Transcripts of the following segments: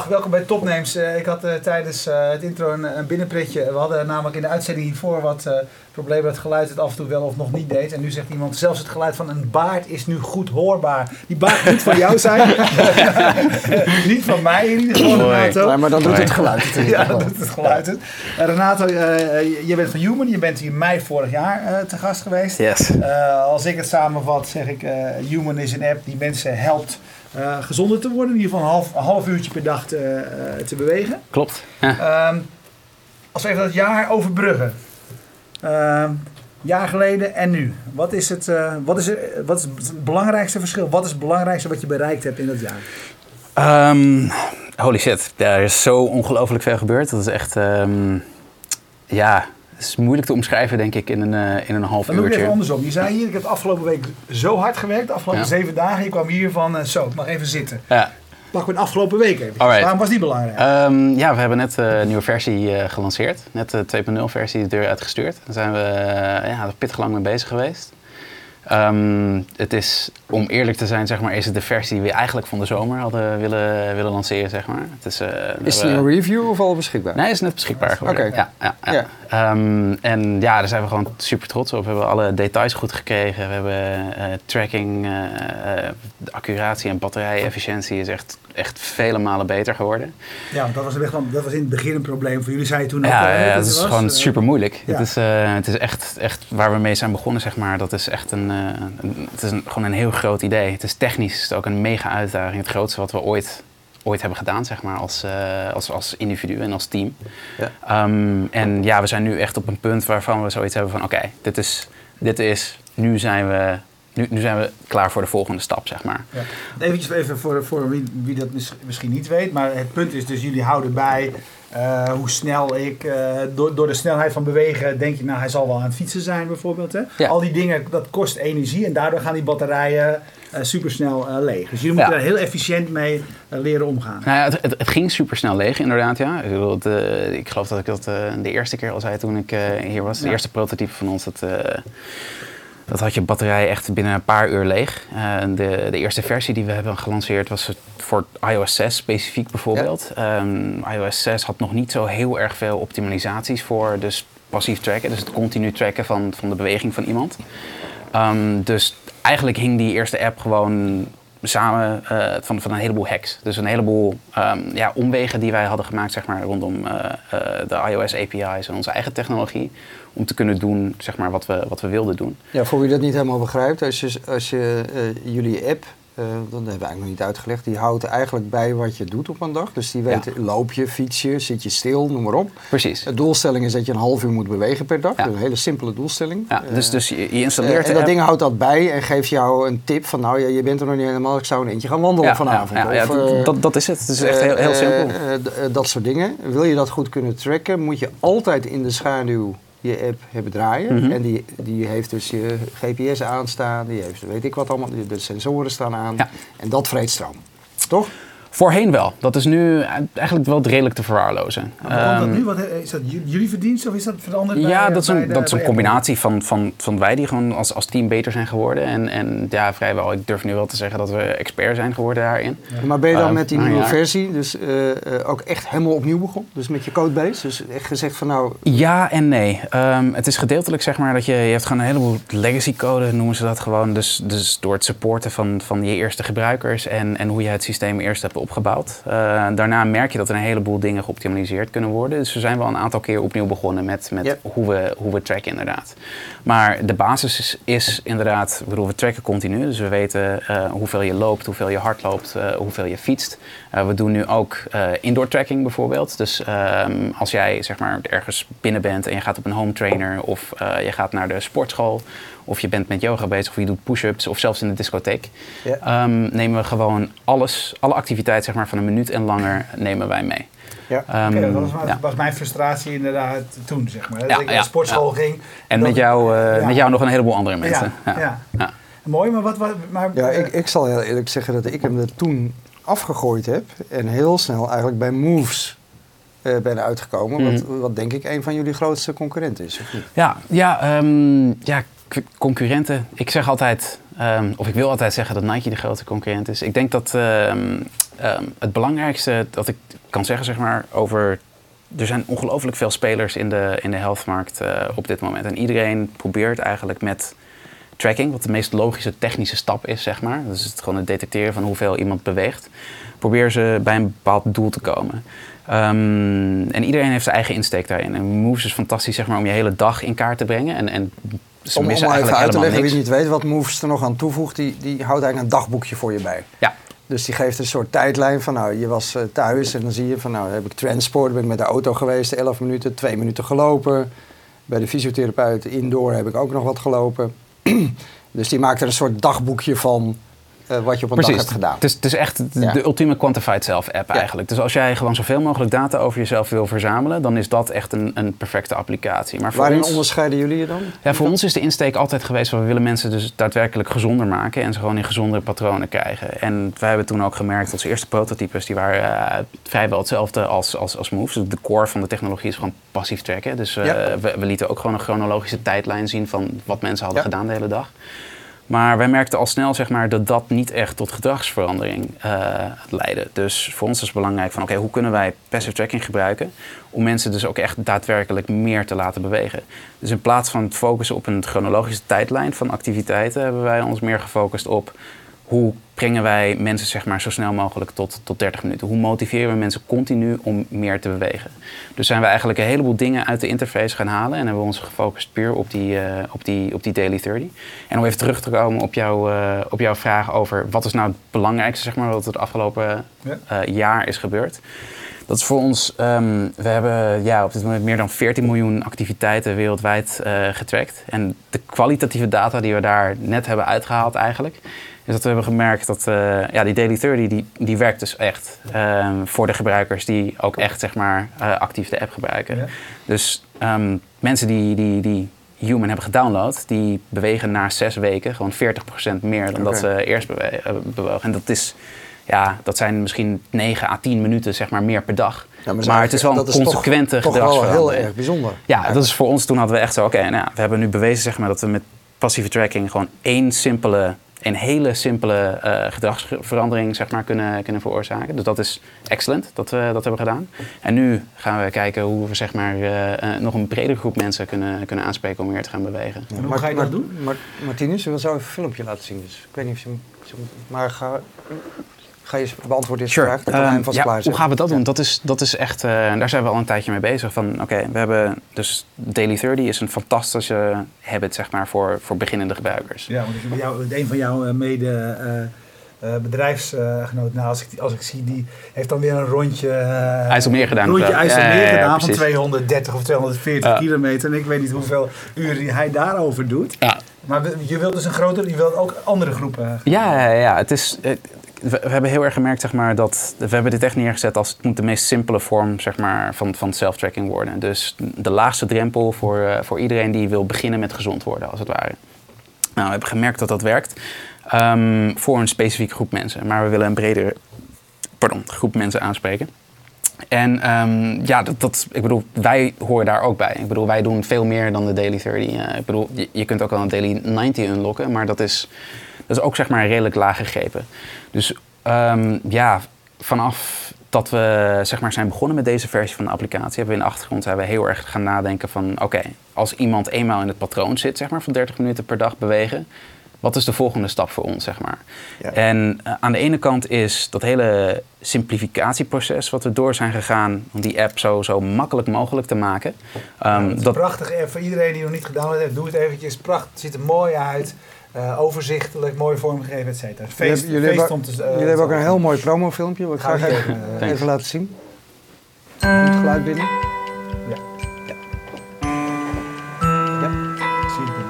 Dag, welkom bij Topnames. Ik had tijdens het intro een binnenpretje. We hadden namelijk in de uitzending hiervoor wat problemen dat het geluid het af en toe wel of nog niet deed. En nu zegt iemand, zelfs het geluid van een baard is nu goed hoorbaar. Die baard moet van jou zijn. Niet van mij in ieder geval, Renato. Ja, maar dan doet het geluid het. Ja, dan doet het geluid het. Renato, je bent van Human. Je bent hier mei vorig jaar te gast geweest. Yes. Als ik het samenvat, zeg ik, Human is een app die mensen helpt gezonder te worden. In ieder geval een half uurtje per dag te bewegen. Klopt. Ja. Als we even dat jaar overbruggen. Jaar geleden en nu. Wat is het belangrijkste verschil? Wat is het belangrijkste wat je bereikt hebt in dat jaar? Holy shit. Er is zo ongelooflijk veel gebeurd. Dat is echt... het is moeilijk te omschrijven, denk ik, in een half Dan doe ik uurtje. even andersom. Je zei hier, ik heb de afgelopen week zo hard gewerkt. De afgelopen 7 dagen. Je kwam hier van, ik mag even zitten. Ja. Pak we de afgelopen week even. Alright. Waarom was die belangrijk? We hebben net een nieuwe versie gelanceerd. Net de 2.0 versie de deur uitgestuurd. Daar zijn we er pittig lang mee bezig geweest. Het is, om eerlijk te zijn, zeg maar, is het de versie die we eigenlijk van de zomer hadden willen lanceren, zeg maar. Is het een review of al beschikbaar? Nee, het is net beschikbaar geworden. Oké. Ja. En daar zijn we gewoon super trots op. We hebben alle details goed gekregen. We hebben tracking, de accuratie en batterij-efficiëntie is echt vele malen beter geworden. Ja, want dat was in het begin een probleem voor jullie. Zei je toen ook. Het is gewoon super moeilijk. Ja. Het is echt waar we mee zijn begonnen, zeg maar. Dat is echt gewoon een heel groot idee. Het is technisch, het is ook een mega uitdaging. Het grootste wat we ooit hebben gedaan, zeg maar, als individu en als team. Ja. We zijn nu echt op een punt waarvan we zoiets hebben van, oké, nu zijn we klaar voor de volgende stap, zeg maar. Ja. Even voor wie dat misschien niet weet, maar het punt is dus, jullie houden bij hoe snel ik, door de snelheid van bewegen, denk je, nou, hij zal wel aan het fietsen zijn bijvoorbeeld. Hè? Ja. Al die dingen, dat kost energie en daardoor gaan die batterijen supersnel leeg. Dus jullie moeten daar heel efficiënt mee leren omgaan. Nou ja, het ging supersnel leeg, inderdaad, ja. Ik geloof dat ik dat de eerste keer al zei toen ik hier was. De eerste prototype van ons, dat had je batterij echt binnen een paar uur leeg. De eerste versie die we hebben gelanceerd was voor iOS 6 specifiek bijvoorbeeld. Ja. iOS 6 had nog niet zo heel erg veel optimalisaties voor dus passief tracken. Dus het continu tracken van de beweging van iemand. Dus eigenlijk hing die eerste app gewoon samen van een heleboel hacks. Dus een heleboel omwegen die wij hadden gemaakt, zeg maar, rondom de iOS API's en onze eigen technologie. Om te kunnen doen, zeg maar, wat we wilden doen. Ja, voor wie dat niet helemaal begrijpt, als je jullie app, dat hebben we eigenlijk nog niet uitgelegd, die houdt eigenlijk bij wat je doet op een dag. Dus die weet, loop je, fiets je, zit je stil, noem maar op. Precies. De doelstelling is dat je een half uur moet bewegen per dag. Ja. Dat is een hele simpele doelstelling. Ja, dus je installeert en dat ding houdt dat bij en geeft jou een tip van, nou ja, je bent er nog niet helemaal, ik zou een eentje gaan wandelen vanavond. Dat is het. Het is echt heel simpel. Dat soort dingen. Wil je dat goed kunnen tracken, moet je altijd in de schaduw je app hebben draaien. Mm-hmm. En die heeft dus je GPS aanstaan, die heeft weet ik wat allemaal, de sensoren staan aan. Ja. En dat vreet stroom. Toch? Voorheen wel. Dat is nu eigenlijk wel redelijk te verwaarlozen. Waarom dat nu? Is dat jullie verdienst of is dat veranderd? Ja, dat is een combinatie van wij die gewoon als team beter zijn geworden. En ja, vrijwel, ik durf nu wel te zeggen dat we expert zijn geworden daarin. Ja. Maar ben je dan met die nieuwe versie dus ook echt helemaal opnieuw begonnen? Dus met je codebase? Dus echt gezegd van nou... Ja en nee. Het is gedeeltelijk, zeg maar, dat je hebt gewoon een heleboel legacy code, noemen ze dat gewoon. Dus door het supporten van je eerste gebruikers en hoe je het systeem eerst hebt opgebouwd. Daarna merk je dat er een heleboel dingen geoptimaliseerd kunnen worden. Dus we zijn wel een aantal keer opnieuw begonnen met hoe we tracken inderdaad. Maar de basis is inderdaad, we tracken continu. Dus we weten hoeveel je loopt, hoeveel je hard loopt, hoeveel je fietst. We doen nu ook indoor tracking bijvoorbeeld. Dus als jij, zeg maar, ergens binnen bent en je gaat op een home trainer of je gaat naar de sportschool of je bent met yoga bezig of je doet push-ups of zelfs in de discotheek, nemen we gewoon alle activiteit, zeg maar, van een minuut en langer nemen wij mee. Ja. Dat was mijn frustratie inderdaad toen, zeg maar. Dat ik naar de sportschool ging. En met jou nog een heleboel andere mensen. Ja. Mooi, maar... Ja, ik zal heel eerlijk zeggen dat ik hem er toen afgegooid heb en heel snel eigenlijk bij Moves ben uitgekomen. Wat denk ik een van jullie grootste concurrenten is, of niet? concurrenten. Ik zeg altijd, of ik wil altijd zeggen dat Nike de grote concurrent is. Ik denk dat het belangrijkste dat ik kan zeggen, zeg maar, er zijn ongelooflijk veel spelers in de healthmarkt op dit moment. En iedereen probeert eigenlijk met tracking, wat de meest logische technische stap is, zeg maar. Dus het gewoon het detecteren van hoeveel iemand beweegt. Proberen ze bij een bepaald doel te komen. En iedereen heeft zijn eigen insteek daarin. En Moves is fantastisch, zeg maar, om je hele dag in kaart te brengen. En ze om missen even uit te leggen, niks. wie niet weet wat Moves er nog aan toevoegt, die houdt eigenlijk een dagboekje voor je bij. Ja. Dus die geeft een soort tijdlijn van, nou, je was thuis en dan zie je van, nou, heb ik transport, ben ik met de auto geweest, 11 minuten, 2 minuten gelopen. Bij de fysiotherapeut indoor heb ik ook nog wat gelopen. Dus die maakt er een soort dagboekje van wat je op een dag hebt gedaan. Het is echt de ultieme Quantified Self app eigenlijk. Dus als jij gewoon zoveel mogelijk data over jezelf wil verzamelen, dan is dat echt een perfecte applicatie. Maar waarin onderscheiden jullie je dan? Ja, voor ons is de insteek altijd geweest van we willen mensen dus daadwerkelijk gezonder maken en ze gewoon in gezondere patronen krijgen. En wij hebben toen ook gemerkt, onze eerste prototypes die waren vrijwel hetzelfde als Moves. Dus de core van de technologie is gewoon passief tracken. Dus we lieten ook gewoon een chronologische tijdlijn zien van wat mensen hadden gedaan de hele dag. Maar wij merkten al snel, zeg maar, dat dat niet echt tot gedragsverandering leidde. Dus voor ons is het belangrijk van hoe kunnen wij passive tracking gebruiken om mensen dus ook echt daadwerkelijk meer te laten bewegen. Dus in plaats van het focussen op een chronologische tijdlijn van activiteiten hebben wij ons meer gefocust op hoe brengen wij mensen, zeg maar, zo snel mogelijk tot 30 minuten. Hoe motiveren we mensen continu om meer te bewegen. Dus zijn we eigenlijk een heleboel dingen uit de interface gaan halen en hebben we ons gefocust puur op die Daily 30. En om even terug te komen op jouw vraag over wat is nou het belangrijkste, zeg maar, wat het afgelopen jaar is gebeurd. Dat is voor ons, we hebben op dit moment meer dan 14 miljoen activiteiten wereldwijd getrackt. En de kwalitatieve data die we daar net hebben uitgehaald eigenlijk, is dat we hebben gemerkt dat die Daily 30 die werkt dus echt voor de gebruikers die ook echt, zeg maar, actief de app gebruiken. Ja. Dus mensen die Human hebben gedownload, die bewegen na 6 weken gewoon 40% meer dan dat ze eerst bewogen. En dat is, dat zijn misschien 9 à 10 minuten, zeg maar, meer per dag. Ja, maar het is wel een consequente gedragsverandering. Dat is wel heel erg bijzonder. Ja, dat is voor ons, toen hadden we echt zo, we hebben nu bewezen, zeg maar, dat we met passieve tracking gewoon een hele simpele gedragsverandering, zeg maar, kunnen veroorzaken. Dus dat is excellent dat we dat hebben gedaan. En nu gaan we kijken hoe we, zeg maar, nog een bredere groep mensen kunnen aanspreken om meer te gaan bewegen. En hoe ga je dat doen? Martinus, je wil zo even een filmpje laten zien. Dus ik weet niet of je maar ga je beantwoorden deze vraag? Hoe gaan we dat doen? Dat is echt, daar zijn we al een tijdje mee bezig. We hebben dus Daily 30 is een fantastische habit, zeg maar, voor beginnende gebruikers. Ja, want een van jouw bedrijfsgenoten, als ik zie, die heeft dan weer een rondje IJsselmeer gedaan. Gedaan van 230 of 240 kilometer. En ik weet niet hoeveel uren hij daarover doet. Ja. Maar je wilt dus je wilt ook andere groepen. Ja. Het is. We hebben heel erg gemerkt, zeg maar, dat we hebben dit echt neergezet als het moet de meest simpele vorm, zeg maar, van self-tracking worden. Dus de laagste drempel voor iedereen die wil beginnen met gezond worden, als het ware. Nou, we hebben gemerkt dat dat werkt voor een specifieke groep mensen. Maar we willen een bredere groep mensen aanspreken. En ik bedoel, wij horen daar ook bij. Ik bedoel, wij doen veel meer dan de Daily 30. Ik bedoel, je kunt ook al een Daily 90 unlocken, maar dat is ook, zeg maar, redelijk laag gegrepen. Dus vanaf dat we, zeg maar, zijn begonnen met deze versie van de applicatie, hebben we in de achtergrond heel erg gaan nadenken van als iemand eenmaal in het patroon zit, zeg maar, van 30 minuten per dag bewegen, wat is de volgende stap voor ons, zeg maar? Ja. En aan de ene kant is dat hele simplificatieproces wat we door zijn gegaan om die app zo makkelijk mogelijk te maken. Het is een prachtige app voor iedereen die nog niet gedownload heeft. Doe het eventjes. Prachtig. Het ziet er mooi uit. Overzichtelijk, mooi vormgegeven, et cetera. Jullie hebben ook een heel mooi promofilmpje. Wat ga ik even laten zien. Komt het geluid binnen? Ja. Ik zie het binnen.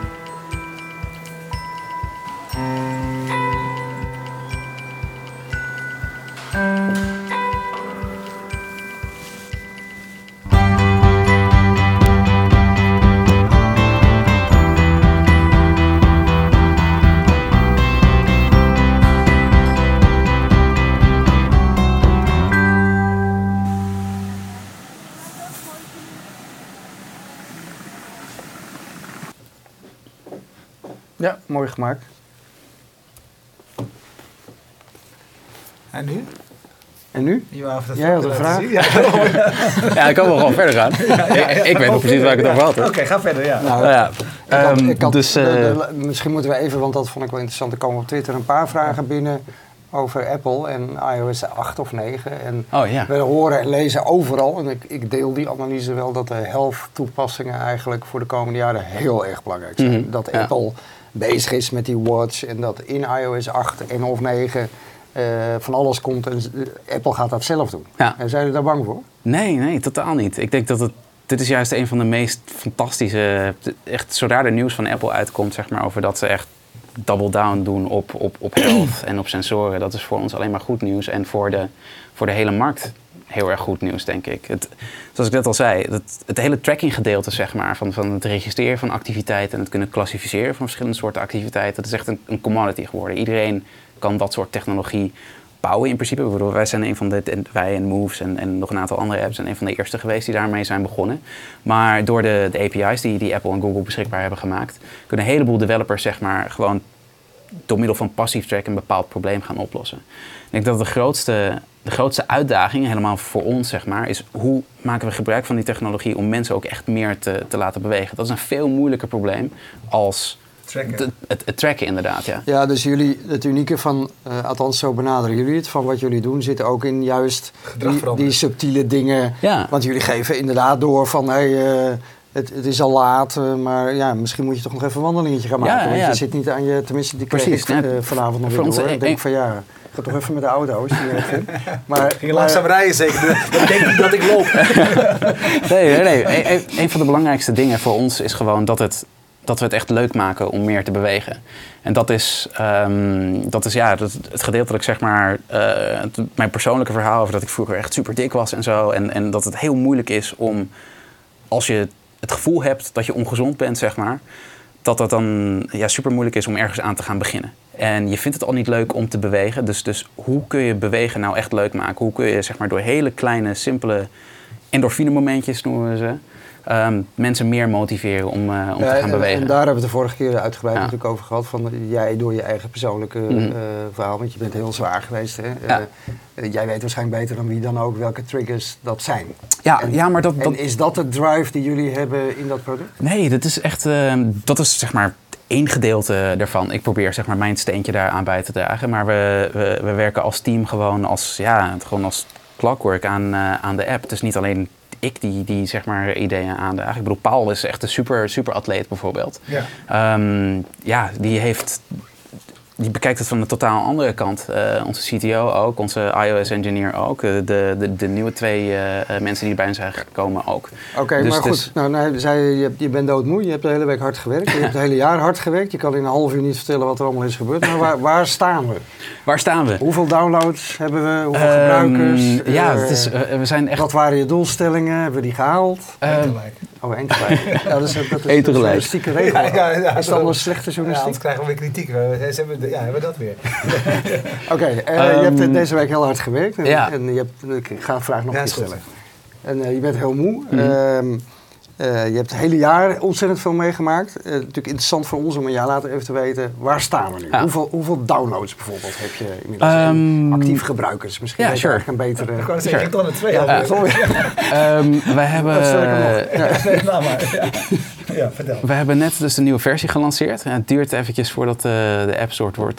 Ja, mooi gemaakt. En nu? En nu? Jij had een vraag? Ja, ik kan wel gewoon verder gaan. Ik weet nog precies waar ik het over had. Oké, ga verder, ja. Nou, ik had dus, misschien moeten we even, want dat vond ik wel interessant, er komen op Twitter een paar vragen binnen over Apple en iOS 8 of 9. En we horen en lezen overal, en ik deel die analyse wel, dat de health toepassingen eigenlijk voor de komende jaren heel erg belangrijk zijn. Mm-hmm. Dat Apple bezig is met die watch en dat in iOS 8 en of 9 van alles komt en Apple gaat dat zelf doen. Ja. En zijn jullie daar bang voor? Nee, totaal niet. Ik denk dat dit is juist een van de meest fantastische, echt zodra er nieuws van Apple uitkomt, zeg maar, over dat ze echt double down doen op health en op sensoren. Dat is voor ons alleen maar goed nieuws en voor de hele markt heel erg goed nieuws, denk ik. Zoals ik net al zei, het hele tracking gedeelte, zeg maar, van het registreren van activiteiten en het kunnen klassificeren van verschillende soorten activiteiten, dat is echt een commodity geworden. Iedereen kan dat soort technologie bouwen in principe. Ik bedoel, wij zijn wij en Moves en nog een aantal andere apps zijn een van de eerste geweest die daarmee zijn begonnen. Maar door de API's die Apple en Google beschikbaar hebben gemaakt, kunnen een heleboel developers, zeg maar, gewoon door middel van passief track een bepaald probleem gaan oplossen. Ik denk dat de grootste uitdaging, helemaal voor ons, zeg maar, is hoe maken we gebruik van die technologie om mensen ook echt meer te laten bewegen. Dat is een veel moeilijker probleem als het tracken, inderdaad, ja. Ja, dus jullie, het unieke van, althans zo benaderen jullie het, van wat jullie doen, zit ook in juist die subtiele dingen. Ja. Want jullie geven inderdaad door van, het is al laat, maar ja, misschien moet je toch nog even een wandelingetje gaan maken. Want je zit niet aan je, tenminste, die kreeg ik vanavond nog weer door. Ik denk van ja, ga toch even met de auto als je het erg vindt. Ging je langzaam rijden zeker? Ik denk niet dat ik loop. Nee. Een van de belangrijkste dingen voor ons is gewoon dat we het echt leuk maken om meer te bewegen. En dat is het gedeeltelijk, zeg maar, mijn persoonlijke verhaal over dat ik vroeger echt super dik was en zo. En dat het heel moeilijk is om, als je het gevoel hebt dat je ongezond bent, zeg maar, dat dan super moeilijk is om ergens aan te gaan beginnen. En je vindt het al niet leuk om te bewegen. Dus hoe kun je bewegen nou echt leuk maken? Hoe kun je, zeg maar, door hele kleine, simpele endorfine momentjes, noemen we ze, mensen meer motiveren om te gaan bewegen. En daar hebben we het de vorige keer uitgebreid natuurlijk over gehad. Van jij door je eigen persoonlijke verhaal, want je bent heel zwaar geweest. Hè? Jij weet waarschijnlijk beter dan wie dan ook welke triggers dat zijn. Maar en is dat de drive die jullie hebben in dat product? Nee, dat is echt, dat is, zeg maar, één gedeelte daarvan. Ik probeer, zeg maar, mijn steentje daar aan bij te dragen. Maar we werken als team gewoon als clockwork aan de app. Het is niet alleen ik die zeg maar ideeën aandraag. Ik bedoel, Paul is echt een super atleet bijvoorbeeld. Ja. Die bekijkt het van een totaal andere kant. Onze CTO ook, onze iOS-engineer ook. De nieuwe twee mensen die erbij zijn gekomen ook. Oké, dus maar goed. Nou, zei je bent doodmoe, je hebt de hele week hard gewerkt. Je hebt het hele jaar hard gewerkt. Je kan in een half uur niet vertellen wat er allemaal is gebeurd. Maar waar staan we? Waar staan we? Hoeveel downloads hebben we? Hoeveel gebruikers? We zijn echt... Wat waren je doelstellingen? Hebben we die gehaald? Eén tegelijk. Ja, dat is een journalistieke regel. Is dat een slechte journalistiek? Ja, anders krijgen we weer kritiek. Hebben we dat weer. Oké, je hebt deze week heel hard gewerkt. En ik ga de vraag nog eens stellen. En je bent heel moe. Je hebt het hele jaar ontzettend veel meegemaakt. Natuurlijk interessant voor ons om een jaar later even te weten, waar staan we nu? Ja. Hoeveel downloads bijvoorbeeld heb je inmiddels? Actieve gebruikers, misschien eigenlijk een betere... Ik kan zeggen, ik dan het 2 wij hebben... vertel. We hebben net dus de nieuwe versie gelanceerd. Het duurt eventjes voordat de App Store wordt...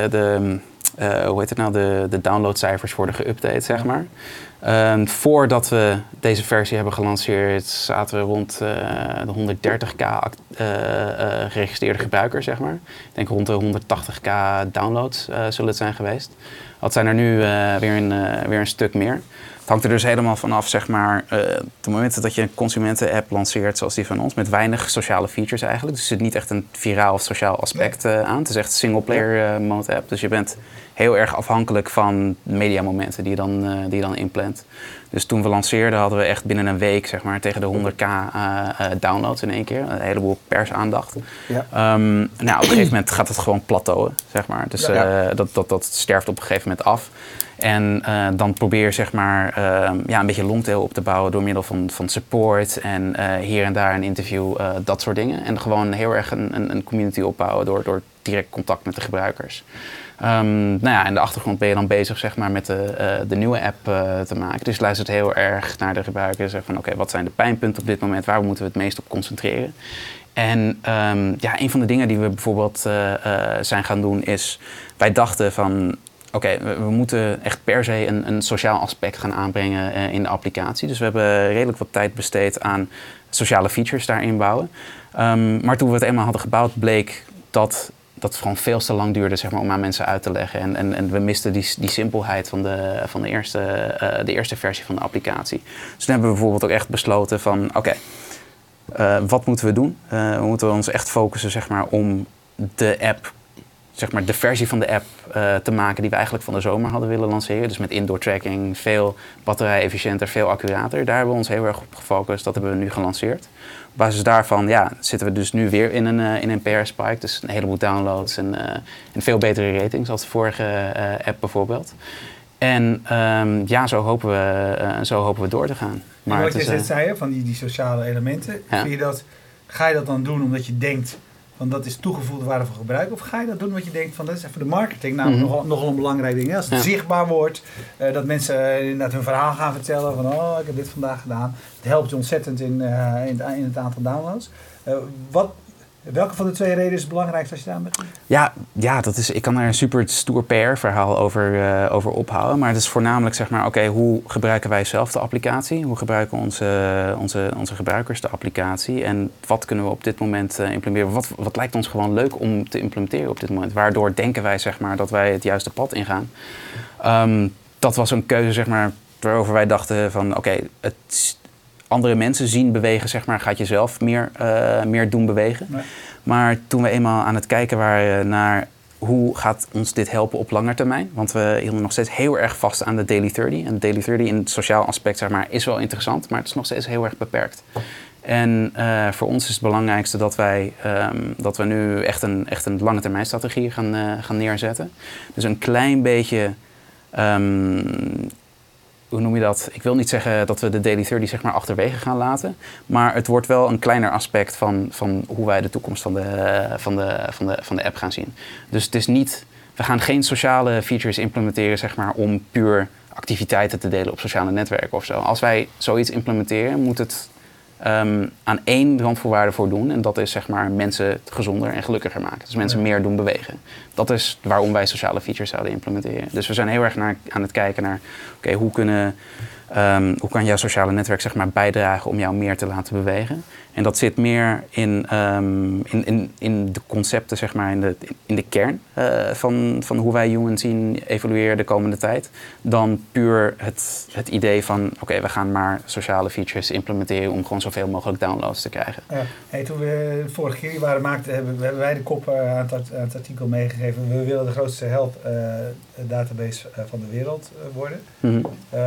de downloadcijfers worden geüpdate, zeg maar. Voordat we deze versie hebben gelanceerd, zaten we rond de 130.000 geregistreerde gebruikers, zeg maar. Ik denk rond de 180.000 downloads zullen het zijn geweest. Dat zijn er nu weer een stuk meer. Het hangt er dus helemaal vanaf, zeg maar, op het moment dat je een consumenten-app lanceert zoals die van ons, met weinig sociale features eigenlijk. Dus er zit niet echt een viraal of sociaal aspect aan. Het is echt een single-player mode app. Dus je bent heel erg afhankelijk van mediamomenten die je dan inplant. Dus toen we lanceerden hadden we echt binnen een week, zeg maar, tegen de 100.000 downloads in één keer. Een heleboel persaandacht. Ja. Op een gegeven moment gaat het gewoon plateauen, zeg maar. Dus dat sterft op een gegeven moment af. En dan probeer je zeg maar een beetje longtail op te bouwen door middel van support en hier en daar een interview, dat soort dingen. En gewoon heel erg een community opbouwen door direct contact met de gebruikers. In de achtergrond ben je dan bezig zeg maar, met de nieuwe app te maken. Dus je luistert heel erg naar de gebruiker en zegt van oké, wat zijn de pijnpunten op dit moment? Waar moeten we het meest op concentreren? En een van de dingen die we bijvoorbeeld zijn gaan doen is, wij dachten van oké, we moeten echt per se een sociaal aspect gaan aanbrengen in de applicatie. Dus we hebben redelijk wat tijd besteed aan sociale features daarin bouwen. Maar toen we het eenmaal hadden gebouwd, bleek dat het gewoon veel te lang duurde zeg maar, om aan mensen uit te leggen. En we misten die simpelheid van de eerste versie van de applicatie. Dus toen hebben we bijvoorbeeld ook echt besloten van oké, wat moeten we doen? We moeten ons echt focussen zeg maar, om de app, zeg maar, de versie van de app te maken die we eigenlijk van de zomer hadden willen lanceren. Dus met indoor tracking, veel batterij-efficiënter, veel accurater. Daar hebben we ons heel erg op gefocust. Dat hebben we nu gelanceerd. Op basis daarvan zitten we dus nu weer in een PR-spike. Dus een heleboel downloads en veel betere ratings als de vorige app bijvoorbeeld. En zo hopen we door te gaan. Maar wat je net zei, van die sociale elementen, ga je dat dan doen omdat je denkt van dat is toegevoegde waarde voor gebruik? Of ga je dat doen wat je denkt van dat is even de marketing? Namelijk nogal een belangrijk ding. Als het zichtbaar wordt, dat mensen inderdaad hun verhaal gaan vertellen van ik heb dit vandaag gedaan. Het helpt je ontzettend in het aantal downloads. Welke van de twee redenen is het belangrijkste als je daar begint? Ik kan daar een super stoer PR-verhaal over ophouden. Maar het is voornamelijk zeg maar, oké, hoe gebruiken wij zelf de applicatie? Hoe gebruiken onze gebruikers de applicatie? En wat kunnen we op dit moment implementeren? Wat lijkt ons gewoon leuk om te implementeren op dit moment? Waardoor denken wij zeg maar, dat wij het juiste pad ingaan? Dat was een keuze zeg maar, waarover wij dachten van oké, andere mensen zien bewegen, zeg maar, gaat je zelf meer doen bewegen. Nee. Maar toen we eenmaal aan het kijken waren naar hoe gaat ons dit helpen op lange termijn. Want we hielden nog steeds heel erg vast aan de Daily 30. En de Daily 30 in het sociaal aspect zeg maar, is wel interessant, maar het is nog steeds heel erg beperkt. En voor ons is het belangrijkste dat we nu echt een lange termijn strategie gaan neerzetten. Dus een klein beetje hoe noem je dat? Ik wil niet zeggen dat we de Daily 30 zeg maar achterwege gaan laten. Maar het wordt wel een kleiner aspect van hoe wij de toekomst van de app gaan zien. Dus het is niet, we gaan geen sociale features implementeren zeg maar, om puur activiteiten te delen op sociale netwerken of zo. Als wij zoiets implementeren, moet het aan één randvoorwaarde voor doen. En dat is zeg maar mensen gezonder en gelukkiger maken. Dus mensen meer doen bewegen. Dat is waarom wij sociale features zouden implementeren. Dus we zijn heel erg aan het kijken naar oké, hoe kan jouw sociale netwerk zeg maar, bijdragen om jou meer te laten bewegen. En dat zit meer in de concepten, zeg maar, in de kern van hoe wij humans zien evolueren de komende tijd. Dan puur het idee van oké, we gaan maar sociale features implementeren om gewoon zoveel mogelijk downloads te krijgen. Toen we vorige keer waren maakten, hebben wij de kop aan het artikel meegegeven. We willen de grootste health database van de wereld worden. Mm-hmm.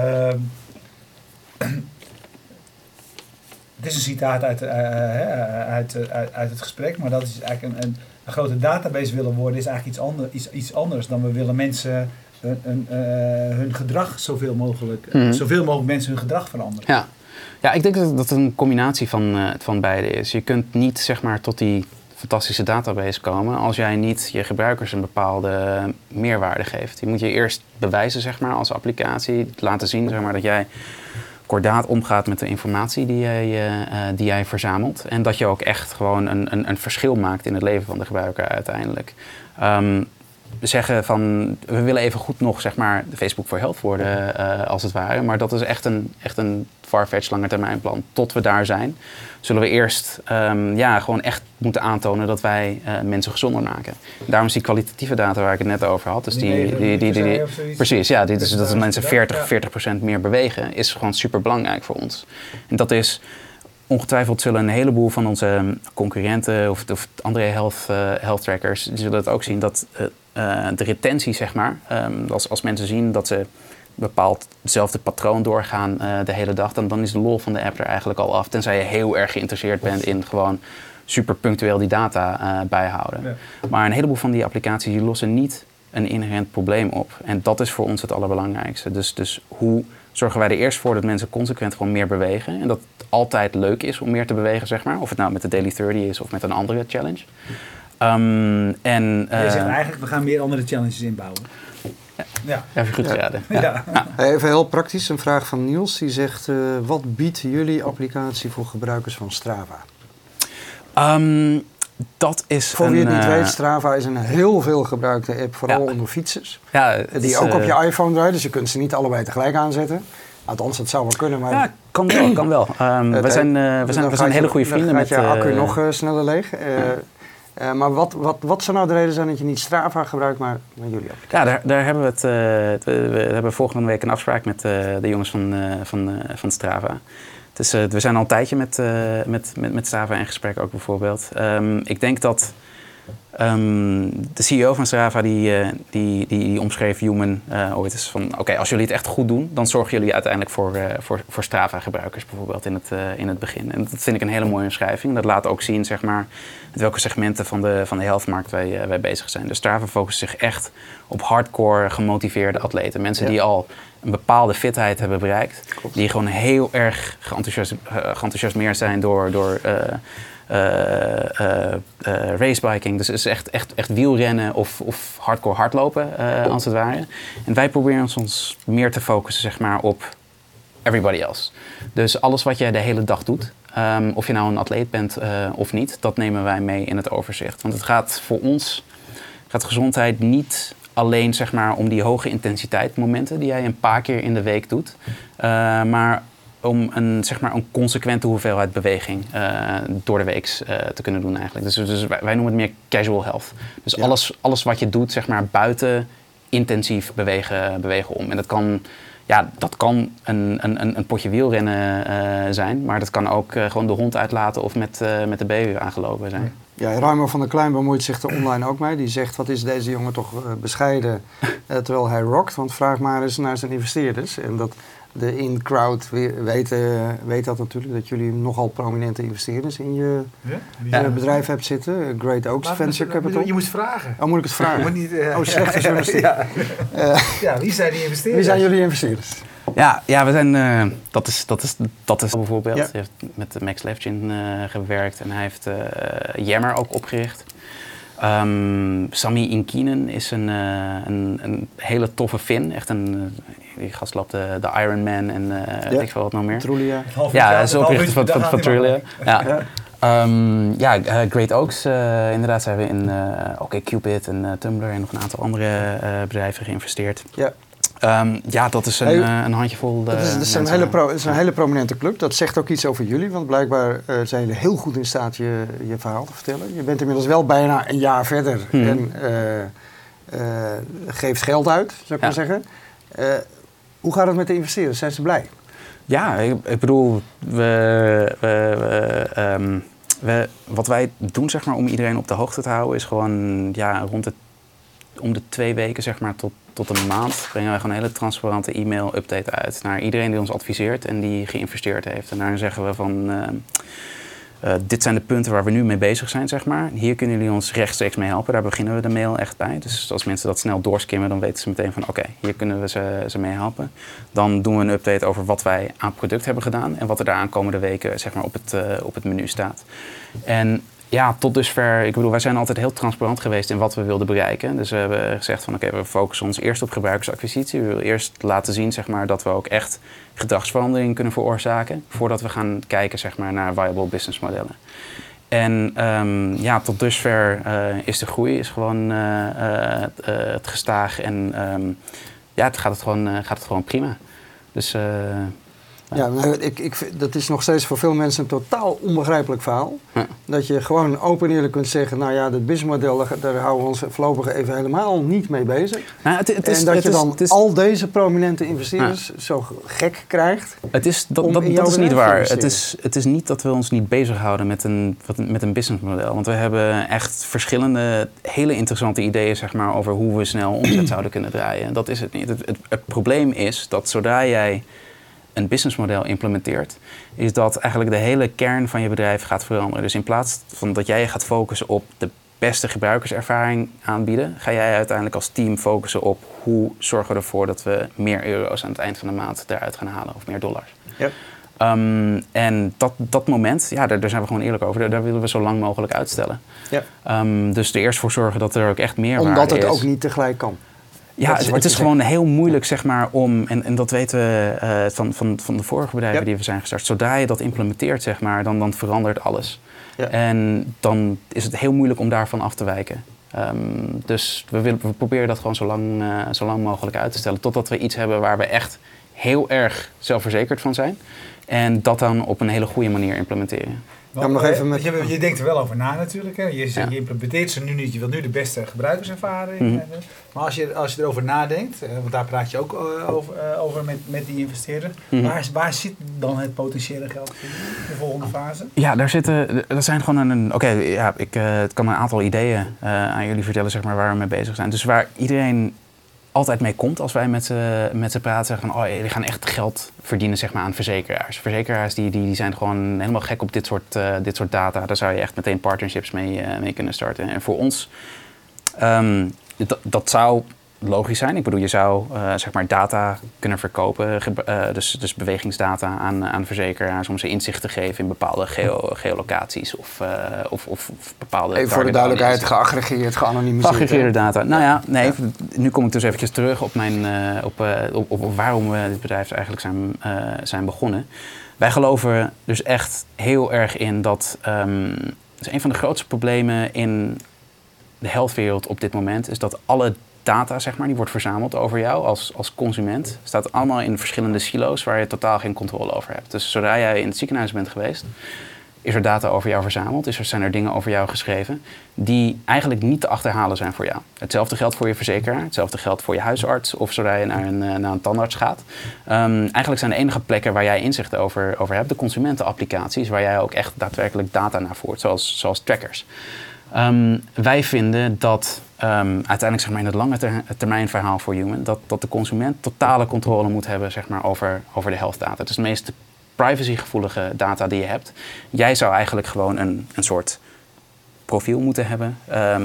Het is een citaat uit het gesprek, maar dat is eigenlijk een grote database willen worden is eigenlijk iets anders dan we willen mensen hun gedrag zoveel mogelijk mensen hun gedrag veranderen. Ja, ik denk dat het een combinatie van beide is. Je kunt niet zeg maar tot die fantastische database komen als jij niet je gebruikers een bepaalde meerwaarde geeft. Je moet je eerst bewijzen zeg maar als applicatie, laten zien zeg maar dat jij kordaat omgaat met de informatie die jij verzamelt. En dat je ook echt gewoon een verschil maakt in het leven van de gebruiker uiteindelijk. Zeggen van, we willen even goed nog zeg maar de Facebook for Health worden als het ware. Maar dat is echt een far-fetched langetermijnplan. Tot we daar zijn, zullen we eerst gewoon echt moeten aantonen dat wij mensen gezonder maken. Daarom is die kwalitatieve data waar ik het net over had. Dus precies, ja, dat mensen 40% meer bewegen, is gewoon super belangrijk voor ons. En dat is ongetwijfeld zullen een heleboel van onze concurrenten of andere health trackers, die zullen het ook zien dat de retentie, zeg maar, als mensen zien dat ze bepaald hetzelfde patroon doorgaan de hele dag, dan is de lol van de app er eigenlijk al af. Tenzij je heel erg geïnteresseerd bent in gewoon super punctueel die data bijhouden. Ja. Maar een heleboel van die applicaties die lossen niet een inherent probleem op. En dat is voor ons het allerbelangrijkste. Dus hoe zorgen wij er eerst voor dat mensen consequent gewoon meer bewegen. En dat het altijd leuk is om meer te bewegen, zeg maar. Of het nou met de Daily 30 is of met een andere challenge. Je zegt eigenlijk, we gaan meer andere challenges inbouwen. Ja, heb je goed geraden. Ja. Even heel praktisch, een vraag van Niels. Die zegt, wat biedt jullie applicatie voor gebruikers van Strava? Dat is voor wie het niet weet, Strava is een heel veel gebruikte app, vooral onder fietsers. Ja, die ook op je iPhone draait, dus je kunt ze niet allebei tegelijk aanzetten. Althans, dat zou wel kunnen, maar... Ja, kan wel. We zijn hele goede vrienden met... Dan gaat je accu nog sneller leeg. Maar wat zou nou de reden zijn dat je niet Strava gebruikt, maar jullie applicatie? Ja, daar hebben we het... we hebben volgende week een afspraak met de jongens van Strava. Dus we zijn al een tijdje met Strava in gesprek ook bijvoorbeeld. Ik denk dat de CEO van Strava die omschreef Human ooit eens van... Oké, als jullie het echt goed doen, dan zorgen jullie uiteindelijk voor Strava-gebruikers bijvoorbeeld in het begin. En dat vind ik een hele mooie omschrijving. Dat laat ook zien, zeg maar, met welke segmenten van de healthmarkt wij bezig zijn. Dus Strava focust zich echt op hardcore gemotiveerde atleten. Mensen die al een bepaalde fitheid hebben bereikt. Klopt. Die gewoon heel erg geenthousiasmeerd zijn door racebiking. Dus het is echt wielrennen of hardcore hardlopen, als het ware. En wij proberen ons meer te focussen, zeg maar, op everybody else. Dus alles wat jij de hele dag doet, of je nou een atleet bent of niet, dat nemen wij mee in het overzicht. Want het gaat voor ons, gezondheid niet alleen, zeg maar, om die hoge intensiteit momenten die jij een paar keer in de week doet, maar om een consequente hoeveelheid beweging door de week te kunnen doen eigenlijk. Dus wij noemen het meer casual health. Dus alles wat je doet, zeg maar, buiten intensief bewegen om. En dat kan een potje wielrennen zijn, maar dat kan ook gewoon de hond uitlaten of met de baby aangelopen zijn. Ja, Ruimo van der Klein bemoeit zich er online ook mee. Die zegt, wat is deze jongen toch bescheiden terwijl hij rockt. Want vraag maar eens naar zijn investeerders. En dat de in-crowd weet dat natuurlijk, dat jullie nogal prominente investeerders in je bedrijf hebt zitten. Great Oaks Venture Capital. Je moest vragen. Oh, moet ik het vragen? Niet, slechte journalistiek. Wie zijn die investeerders? Wie zijn jullie investeerders? Ja, we zijn, dat is bijvoorbeeld. Hij heeft met Max Levchin gewerkt en hij heeft Yammer ook opgericht. Sami Inkinen is een hele toffe Fin. Echt die gast loopt de Ironman en weet ik veel wat nog meer. Trulia. Ja, hij is oprichter van Trulia. Great Oaks. Inderdaad zijn we in OkCupid en Tumblr en nog een aantal andere bedrijven geïnvesteerd. Ja. Dat is een handjevol. Het is een hele prominente club. Dat zegt ook iets over jullie, want blijkbaar zijn jullie heel goed in staat je verhaal te vertellen. Je bent inmiddels wel bijna een jaar verder en geeft geld uit, zou ik maar zeggen. Hoe gaat het met de investeerders? Zijn ze blij? Ja, ik bedoel, wat wij doen, zeg maar, om iedereen op de hoogte te houden, is gewoon om de 2 weken, zeg maar, tot een maand brengen wij gewoon een hele transparante e-mail-update uit naar iedereen die ons adviseert en die geïnvesteerd heeft. En daarin zeggen we van, dit zijn de punten waar we nu mee bezig zijn, zeg maar. Hier kunnen jullie ons rechtstreeks mee helpen. Daar beginnen we de mail echt bij. Dus als mensen dat snel doorskimmen, dan weten ze meteen van, oké, hier kunnen we ze mee helpen. Dan doen we een update over wat wij aan product hebben gedaan en wat er daar aankomende weken, zeg maar, op het menu staat. En ja, tot dusver, ik bedoel, wij zijn altijd heel transparant geweest in wat we wilden bereiken. Dus we hebben gezegd van, oké, we focussen ons eerst op gebruikersacquisitie. We willen eerst laten zien, zeg maar, dat we ook echt gedragsverandering kunnen veroorzaken, voordat we gaan kijken, zeg maar, naar viable businessmodellen. En tot dusver is de groei gewoon het gestaag en gaat het gewoon prima. Dus dat is nog steeds voor veel mensen een totaal onbegrijpelijk verhaal. Ja. Dat je gewoon open en eerlijk kunt zeggen, nou ja, dat businessmodel, daar houden we ons voorlopig even helemaal niet mee bezig. Nou, al deze prominente investeerders zo gek krijgt. Dat is niet waar. Het is niet dat we ons niet bezighouden met een businessmodel. Want we hebben echt verschillende hele interessante ideeën, zeg maar, over hoe we snel omzet zouden kunnen draaien. Dat is het niet. Het probleem is dat zodra jij een businessmodel implementeert, is dat eigenlijk de hele kern van je bedrijf gaat veranderen. Dus in plaats van dat jij je gaat focussen op de beste gebruikerservaring aanbieden, ga jij uiteindelijk als team focussen op hoe zorgen we ervoor dat we meer euro's aan het eind van de maand eruit gaan halen of meer dollars. Yep. En dat moment, ja, daar zijn we gewoon eerlijk over. Daar willen we zo lang mogelijk uitstellen. Yep. Dus er eerst voor zorgen dat er ook echt meer waarde is. Omdat het ook niet tegelijk kan. Ja, het is gewoon heel moeilijk, zeg maar, om... En dat weten we van de vorige bedrijven die we zijn gestart. Zodra je dat implementeert, zeg maar, dan verandert alles. Ja. En dan is het heel moeilijk om daarvan af te wijken. Dus we proberen dat gewoon zo lang mogelijk uit te stellen. Totdat we iets hebben waar we echt heel erg zelfverzekerd van zijn. En dat dan op een hele goede manier implementeren. Je denkt er wel over na natuurlijk. Hè? Je implementeert ze nu niet. Je wilt nu de beste gebruikerservaring hebben. Maar als je erover nadenkt, want daar praat je ook over met die investeerder. Waar zit dan het potentiële geld in de volgende fase? Ja, er zijn gewoon ik kan een aantal ideeën aan jullie vertellen, zeg maar, waar we mee bezig zijn. Dus waar iedereen altijd mee komt als wij met ze praten, zeggen van, jullie gaan echt geld verdienen, zeg maar, aan verzekeraars. Verzekeraars die zijn gewoon helemaal gek op dit soort data. Daar zou je echt meteen partnerships mee kunnen starten. En voor ons, dat zou logisch zijn. Ik bedoel, je zou zeg maar data kunnen verkopen, dus bewegingsdata aan verzekeraars om ze inzicht te geven in bepaalde geolocaties of bepaalde... Even voor de duidelijkheid, geaggregeerd, geanonimiseerd. Geaggregeerde data. Nou ja, nee, nu kom ik dus eventjes terug op op waarom we dit bedrijf eigenlijk zijn begonnen. Wij geloven dus echt heel erg in dat... dus een van de grootste problemen in de healthwereld op dit moment is dat alle data, zeg maar, die wordt verzameld over jou als consument. Staat allemaal in verschillende silo's waar je totaal geen controle over hebt. Dus zodra jij in het ziekenhuis bent geweest, is er data over jou verzameld. Zijn er dingen over jou geschreven die eigenlijk niet te achterhalen zijn voor jou. Hetzelfde geldt voor je verzekeraar. Hetzelfde geldt voor je huisarts of zodra je naar een tandarts gaat. Eigenlijk zijn de enige plekken waar jij inzicht over hebt de consumentenapplicaties waar jij ook echt daadwerkelijk data naar voert, zoals trackers. Wij vinden dat uiteindelijk, zeg maar, in het lange termijn verhaal voor Human, dat de consument totale controle moet hebben, zeg maar, over de health data. Het is de meest privacygevoelige data die je hebt. Jij zou eigenlijk gewoon een soort profiel moeten hebben,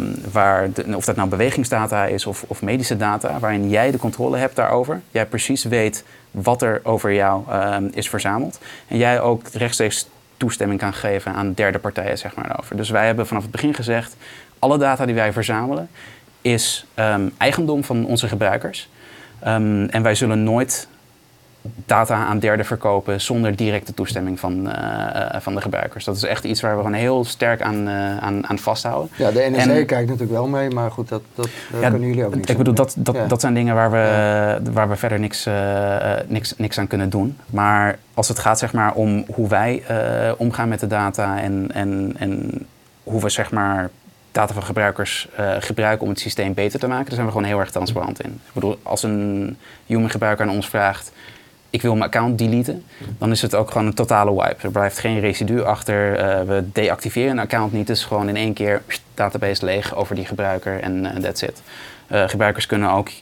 of dat nou bewegingsdata is of medische data, waarin jij de controle hebt daarover. Jij precies weet wat er over jou is verzameld. En jij ook rechtstreeks toestemming kan geven aan derde partijen, zeg maar, over. Dus wij hebben vanaf het begin gezegd, alle data die wij verzamelen is eigendom van onze gebruikers. En wij zullen nooit data aan derden verkopen zonder directe toestemming van de gebruikers. Dat is echt iets waar we gewoon heel sterk aan vasthouden. Ja, de NSA kijkt natuurlijk wel mee, maar goed, dat kunnen jullie ook niet. Ik bedoel, dat zijn dingen waar we verder niks aan kunnen doen. Maar als het gaat, zeg maar, om hoe wij omgaan met de data en hoe we, zeg maar, data van gebruikers gebruiken om het systeem beter te maken, daar zijn we gewoon heel erg transparant in. Ik bedoel, als een human gebruiker aan ons vraagt, ik wil mijn account deleten, dan is het ook gewoon een totale wipe. Er blijft geen residu achter. We deactiveren een account niet. Het is gewoon in één keer database leeg over die gebruiker en that's it. Gebruikers kunnen ook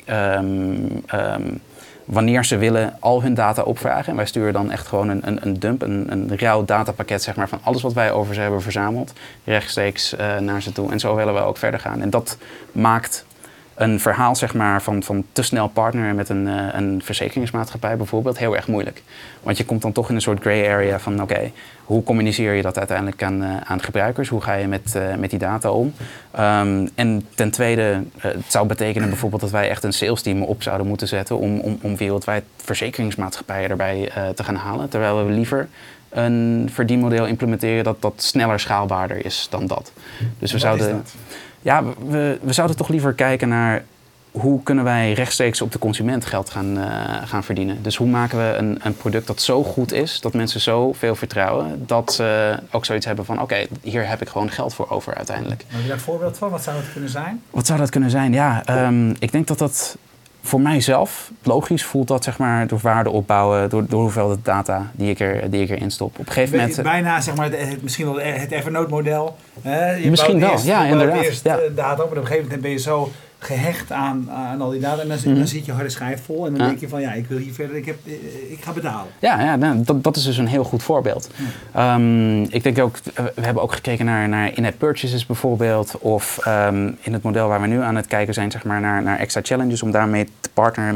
wanneer ze willen al hun data opvragen. En wij sturen dan echt gewoon een dump, een rauw datapakket, zeg maar, van alles wat wij over ze hebben verzameld, rechtstreeks naar ze toe. En zo willen we ook verder gaan. En dat maakt een verhaal, zeg maar, van te snel partneren met een verzekeringsmaatschappij bijvoorbeeld heel erg moeilijk. Want je komt dan toch in een soort gray area van oké, hoe communiceer je dat uiteindelijk aan gebruikers? Hoe ga je met die data om? En ten tweede, het zou betekenen bijvoorbeeld dat wij echt een sales team op zouden moeten zetten om wereldwijd verzekeringsmaatschappijen erbij te gaan halen. Terwijl we liever een verdienmodel implementeren dat sneller schaalbaarder is dan dat. Dus we zouden... Ja, we zouden toch liever kijken naar hoe kunnen wij rechtstreeks op de consument geld gaan verdienen. Dus hoe maken we een product dat zo goed is, dat mensen zo veel vertrouwen, dat ze ook zoiets hebben van oké, hier heb ik gewoon geld voor over uiteindelijk. Heb je daar een voorbeeld van? Wat zou dat kunnen zijn? Wat zou dat kunnen zijn? Ja, ik denk dat voor mijzelf logisch voelt, dat, zeg maar, door waarde opbouwen, door hoeveel data die ik erin stop. Op een gegeven moment... Bijna, zeg maar, misschien wel het Evernote-model. Misschien wel, ja, inderdaad. Eerst data op en op een gegeven moment ben je zo gehecht aan al die data. En dan zit je harde schijf vol. En dan denk je van, ik wil hier verder, ik ga betalen. Ja, dat is dus een heel goed voorbeeld. Ik denk ook, we hebben ook gekeken naar in-app purchases bijvoorbeeld. Of in het model waar we nu aan het kijken zijn, zeg maar, naar extra challenges. Om daarmee te partneren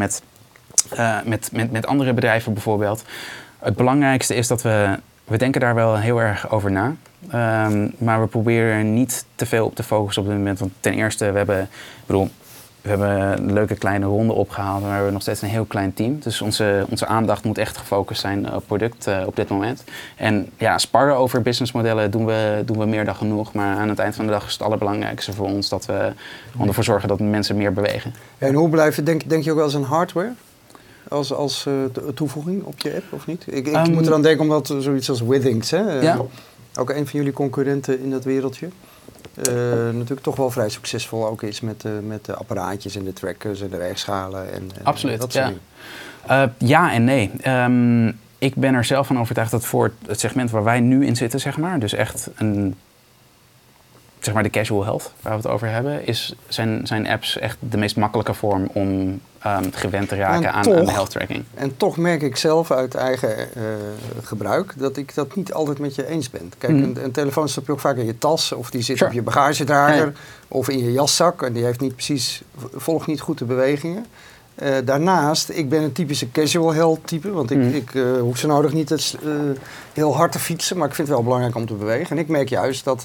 met andere bedrijven bijvoorbeeld. Het belangrijkste is dat we denken daar wel heel erg over na. Maar we proberen er niet te veel op te focussen op dit moment. Want ten eerste, we hebben een leuke kleine ronde opgehaald. Maar we hebben nog steeds een heel klein team. Dus onze aandacht moet echt gefocust zijn op product op dit moment. En sparren over businessmodellen doen we meer dan genoeg. Maar aan het eind van de dag is het allerbelangrijkste voor ons dat we ervoor zorgen dat mensen meer bewegen. En hoe blijven, denk je ook wel eens aan hardware? Als toevoeging op je app, of niet? Ik moet eraan denken, omdat zoiets als Withings, hè? Ook een van jullie concurrenten in dat wereldje. Natuurlijk toch wel vrij succesvol ook is met de apparaatjes en de trackers en de weegschalen. Absoluut, dat soort dingen. Ja en nee. Ik ben er zelf van overtuigd dat voor het segment waar wij nu in zitten, zeg maar, dus echt zeg maar de casual health, waar we het over hebben, zijn apps echt de meest makkelijke vorm om gewend te raken aan de health tracking. En toch merk ik zelf uit eigen gebruik dat ik dat niet altijd met je eens ben. Kijk, een telefoon stop je ook vaak in je tas of die zit op je bagagedrager of in je jaszak en die heeft volgt niet goed de bewegingen. Daarnaast, ik ben een typische casual health type, want ik hoef zo nodig niet heel hard te fietsen, maar ik vind het wel belangrijk om te bewegen. En ik merk juist dat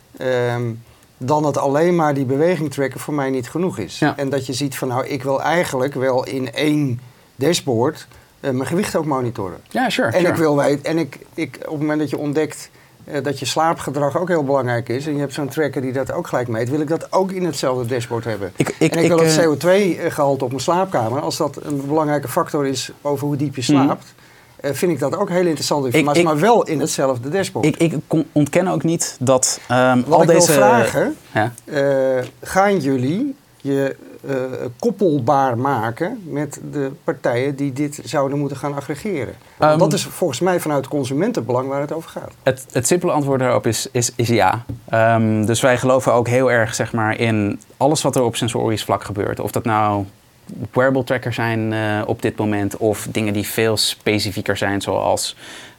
dan het alleen maar die beweging tracken voor mij niet genoeg is. Ja. En dat je ziet van ik wil eigenlijk wel in één dashboard mijn gewicht ook monitoren. Ja, sure. En ik wil weten, en ik op het moment dat je ontdekt dat je slaapgedrag ook heel belangrijk is en je hebt zo'n tracker die dat ook gelijk meet, wil ik dat ook in hetzelfde dashboard hebben. Ik wil het CO2-gehalte op mijn slaapkamer, als dat een belangrijke factor is over hoe diep je slaapt, vind ik dat ook heel interessante informatie, maar wel in hetzelfde dashboard. Ik ontken ook niet dat Wat ik wil vragen, gaan jullie je koppelbaar maken met de partijen die dit zouden moeten gaan aggregeren? Want dat is volgens mij vanuit consumentenbelang waar het over gaat. Het simpele antwoord daarop is ja. Dus wij geloven ook heel erg, zeg maar, in alles wat er op sensorisch vlak gebeurt. Of dat nou wearable trackers zijn op dit moment of dingen die veel specifieker zijn, zoals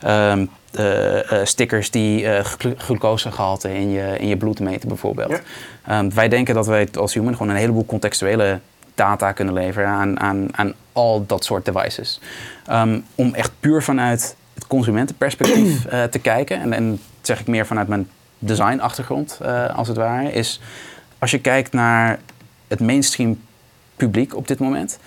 stickers die glucosegehalte in je bloed meten bijvoorbeeld. Ja. Wij denken dat wij als Human gewoon een heleboel contextuele data kunnen leveren aan al dat soort devices. Om echt puur vanuit het consumentenperspectief te kijken, en dat zeg ik meer vanuit mijn designachtergrond als het ware, is als je kijkt naar het mainstream publiek op dit moment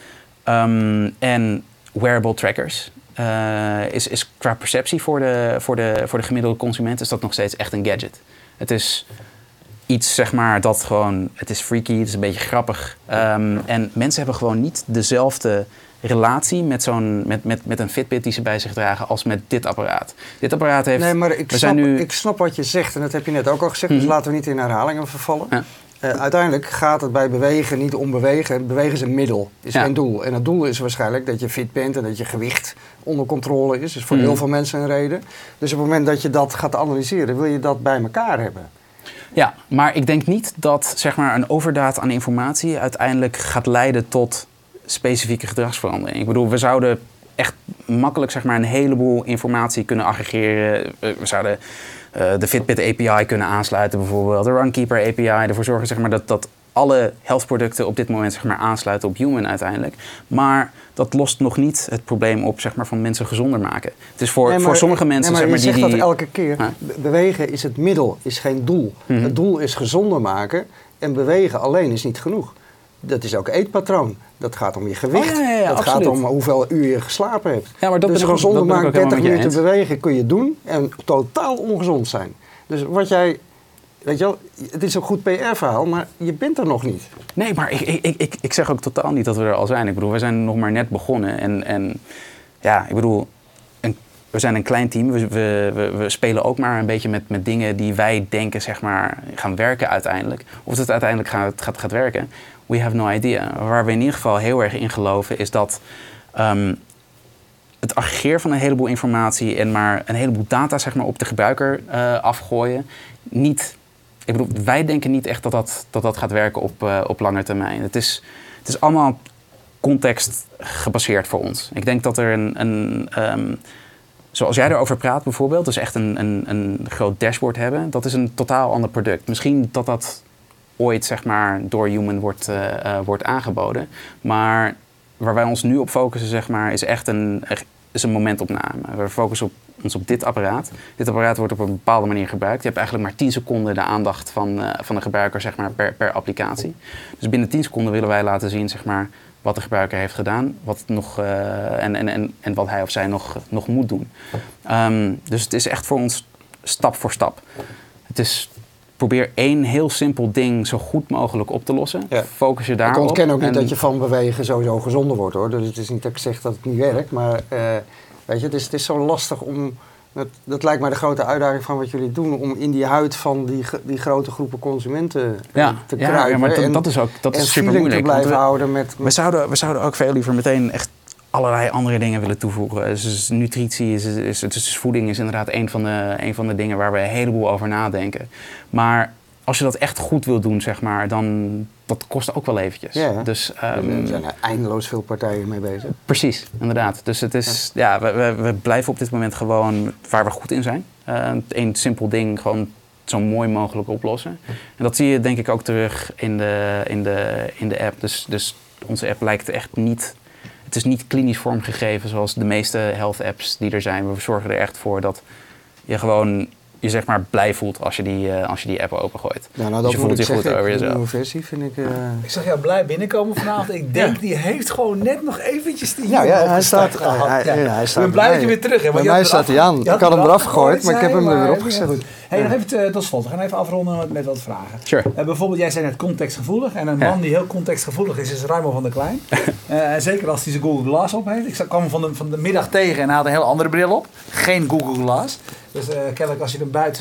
en wearable trackers, is qua perceptie voor de gemiddelde consument is dat nog steeds echt een gadget. Het is iets, zeg maar, dat gewoon, het is freaky, het is een beetje grappig. En mensen hebben gewoon niet dezelfde relatie met een Fitbit die ze bij zich dragen als met dit apparaat. Dit apparaat heeft... Nee, maar ik snap wat je zegt en dat heb je net ook al gezegd, dus laten we niet in herhalingen vervallen. Ja. Uiteindelijk gaat het bij bewegen niet om bewegen. Bewegen is een middel, is geen doel. En het doel is waarschijnlijk dat je fit bent en dat je gewicht onder controle is. Dat is voor heel veel mensen een reden. Dus op het moment dat je dat gaat analyseren, wil je dat bij elkaar hebben. Ja, maar ik denk niet dat, zeg maar, een overdaad aan informatie uiteindelijk gaat leiden tot specifieke gedragsverandering. Ik bedoel, we zouden echt makkelijk, zeg maar, een heleboel informatie kunnen aggregeren. We zouden de Fitbit API kunnen aansluiten bijvoorbeeld, de Runkeeper API, ervoor zorgen, zeg maar, dat alle health-producten op dit moment, zeg maar, aansluiten op Human uiteindelijk. Maar dat lost nog niet het probleem op, zeg maar, van mensen gezonder maken. Het is voor sommige mensen, zeg maar, je zegt dat elke keer. Bewegen is het middel, is geen doel. Het doel is gezonder maken en bewegen alleen is niet genoeg. Dat is ook eetpatroon. Dat gaat om je gewicht. Dat absoluut. Gaat om hoeveel uur je geslapen hebt. Ja, maar dat dus gezonder maken, 30 minuten bewegen kun je doen en totaal ongezond zijn. Dus wat jij... Weet je wel, het is een goed PR-verhaal, maar je bent er nog niet. Nee, maar ik zeg ook totaal niet dat we er al zijn. Ik bedoel, we zijn nog maar net begonnen. En ja, ik bedoel, we zijn een klein team. We spelen ook maar een beetje met dingen die wij denken, zeg maar, gaan werken uiteindelijk. Of het uiteindelijk gaat werken, we have no idea. Waar we in ieder geval heel erg in geloven is dat het aggregeren van een heleboel informatie en maar een heleboel data, zeg maar, op de gebruiker afgooien niet ik bedoel, wij denken niet echt dat gaat werken op lange termijn. Het is allemaal context gebaseerd voor ons. Ik denk dat er zoals jij erover praat bijvoorbeeld, dus echt een groot dashboard hebben, dat is een totaal ander product. Misschien dat ooit zeg maar door Human wordt aangeboden, maar waar wij ons nu op focussen zeg maar, is echt een momentopname. We focussen ons op dit apparaat. Dit apparaat wordt op een bepaalde manier gebruikt. Je hebt eigenlijk maar 10 seconden de aandacht van de gebruiker zeg maar, per applicatie. Dus binnen 10 seconden willen wij laten zien zeg maar, wat de gebruiker heeft gedaan, wat nog, en wat hij of zij nog moet doen. Dus het is echt voor ons stap voor stap. Het is probeer één heel simpel ding zo goed mogelijk op te lossen. Ja. Focus je daarop. Ik ontken ook niet dat je van bewegen sowieso gezonder wordt hoor. Dus het is niet dat ik zeg dat het niet werkt, maar weet je, het is zo lastig om. Dat lijkt mij de grote uitdaging van wat jullie doen, om in die huid van die grote groepen consumenten te kruipen. Ja, maar dat is super moeilijk. Te blijven houden met... We zouden ook veel liever meteen echt allerlei andere dingen willen toevoegen. Dus nutritie, dus voeding is inderdaad een van de dingen waar we een heleboel over nadenken. Maar als je dat echt goed wil doen, zeg maar, dan dat kost ook wel eventjes. Ja. Dus, er zijn er eindeloos veel partijen mee bezig. Precies, inderdaad. Dus het is, we blijven op dit moment gewoon waar we goed in zijn. Eén simpel ding gewoon zo mooi mogelijk oplossen. En dat zie je denk ik ook terug in de app. Dus onze app lijkt echt niet. Het is niet klinisch vormgegeven zoals de meeste health apps die er zijn. We zorgen er echt voor dat je gewoon je zeg maar blij voelt als je die app opengooit. Ja, nou, dus je voelt je goed over jezelf. De nieuwe versie vind ik... Ik zag jou blij binnenkomen vanavond. Ik denk, die heeft gewoon net nog eventjes die hij staat gehad. Ik ben blij dat je weer terug hebt. Bij mij staat hij aan. Ik had hem eraf gegooid, maar ik heb hem er weer opgezet. Hey, nog even tot slot. We gaan even afronden met wat vragen. Sure. Bijvoorbeeld, jij zei net contextgevoelig. En een man die heel contextgevoelig is Raimo van der Klein. Zeker als hij zijn Google Glass op heeft. Ik kwam hem van de middag tegen en hij had een heel andere bril op. Geen Google Glass. Dus kennelijk als je hem buiten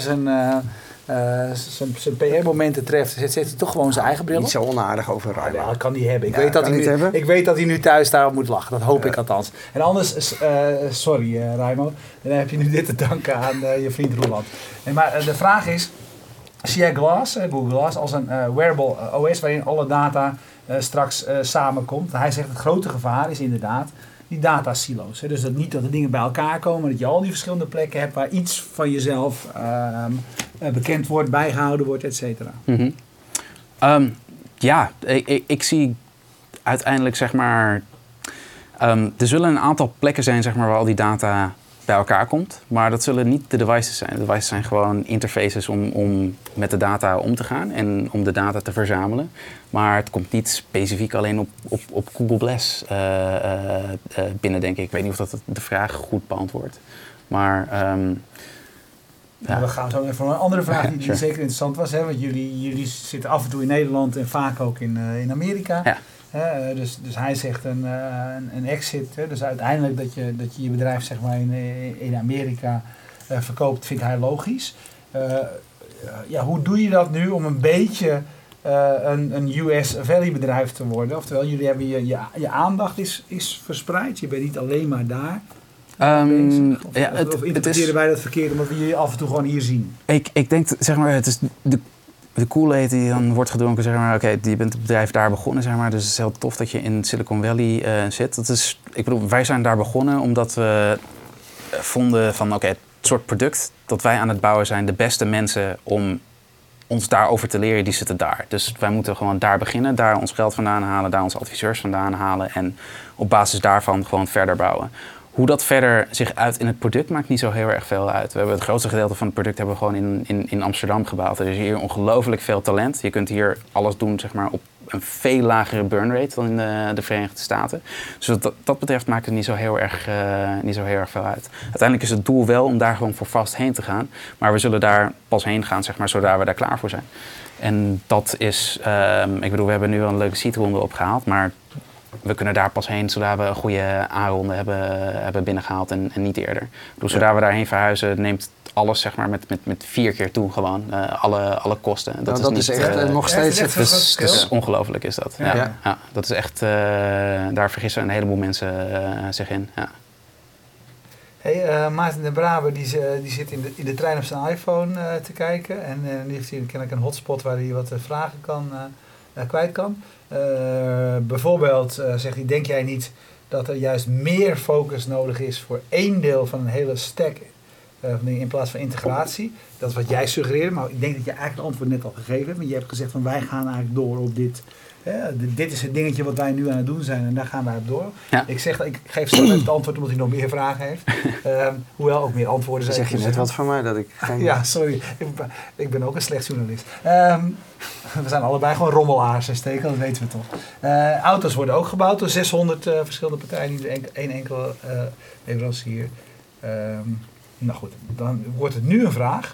zijn PR-momenten treft, zet hij toch gewoon zijn eigen bril op. Niet zo onaardig over Raimo. Ja, dat kan hij hebben. Ik Ja, weet dat hij nu thuis daarop moet lachen. Dat hoop ik althans. En anders, sorry Raimo, dan heb je nu dit te danken aan je vriend Roland. Maar de vraag is, zie jij Google Glass, als een wearable OS waarin alle data straks samenkomt? Hij zegt het grote gevaar is inderdaad die datasilo's. Dus dat niet dat de dingen bij elkaar komen, dat je al die verschillende plekken hebt waar iets van jezelf bekend wordt, bijgehouden wordt, et cetera. Mm-hmm. Ik zie uiteindelijk zeg maar, er zullen een aantal plekken zijn zeg maar, waar al die data bij elkaar komt, maar dat zullen niet de devices zijn. De devices zijn gewoon interfaces om met de data om te gaan en om de data te verzamelen. Maar het komt niet specifiek alleen op Google Glass binnen, denk ik. Ik weet niet of dat de vraag goed beantwoordt. Maar we gaan zo even voor een andere vraag die zeker interessant was. Hè? Want jullie zitten af en toe in Nederland en vaak ook in Amerika. Ja. Dus hij zegt een exit. Hè? Dus uiteindelijk dat je bedrijf zeg maar, in Amerika verkoopt, vindt hij logisch. Hoe doe je dat nu om een beetje een US Valley bedrijf te worden? Oftewel, jullie hebben je aandacht is verspreid. Je bent niet alleen maar daar. Of interpreteren wij dat verkeerd omdat we je af en toe gewoon hier zien? Ik denk, zeg maar, het is de Kool-Aid die dan wordt gedronken, zeg maar, oké, je bent het bedrijf daar begonnen, zeg maar, dus het is heel tof dat je in Silicon Valley zit. Dat is, ik bedoel, wij zijn daar begonnen omdat we vonden van, oké, het soort product dat wij aan het bouwen zijn, de beste mensen om ons daarover te leren, die zitten daar. Dus wij moeten gewoon daar beginnen, daar ons geld vandaan halen, daar onze adviseurs vandaan halen en op basis daarvan gewoon verder bouwen. Hoe dat verder zich uit in het product maakt niet zo heel erg veel uit. We hebben het grootste gedeelte van het product hebben we gewoon in Amsterdam gebouwd. Er is hier ongelooflijk veel talent. Je kunt hier alles doen zeg maar, op een veel lagere burn rate dan in de Verenigde Staten. Dus wat dat betreft maakt het niet zo heel erg veel uit. Uiteindelijk is het doel wel om daar gewoon voor vast heen te gaan. Maar we zullen daar pas heen gaan zeg maar, zodra we daar klaar voor zijn. En dat is, ik bedoel, we hebben nu wel een leuke seedronde opgehaald, maar we kunnen daar pas heen zodra we een goede A-ronde hebben binnengehaald en niet eerder. Ik bedoel, zodra we daarheen verhuizen, neemt alles zeg maar, met 4 keer toe gewoon, alle kosten. Dat is echt nog steeds het verschil. Dus ongelooflijk is dat. Ja, dat is echt, daar vergissen een heleboel mensen zich in. Ja. Hey, Maarten de Braber die zit in de trein op zijn iPhone te kijken. En nu heeft hij kennelijk een hotspot waar hij wat vragen kwijt kan. Bijvoorbeeld zegt hij, denk jij niet dat er juist meer focus nodig is voor één deel van een hele stack in plaats van integratie? Dat is wat jij suggereert, maar ik denk dat je eigenlijk het antwoord net al gegeven hebt. Want je hebt gezegd van wij gaan eigenlijk door op dit. Dit is het dingetje wat wij nu aan het doen zijn en daar gaan wij op door. Ja. Ik geef zo het antwoord omdat hij nog meer vragen heeft. Hoewel ook meer antwoorden zijn. Zeg je net wat van mij dat ik geen... Ja, sorry. Ik ben ook een slecht journalist. We zijn allebei gewoon rommelaars en steken, dat weten we toch. Auto's worden ook gebouwd door 600 verschillende partijen, niet één enkele leverancier. Nou goed, dan wordt het nu een vraag.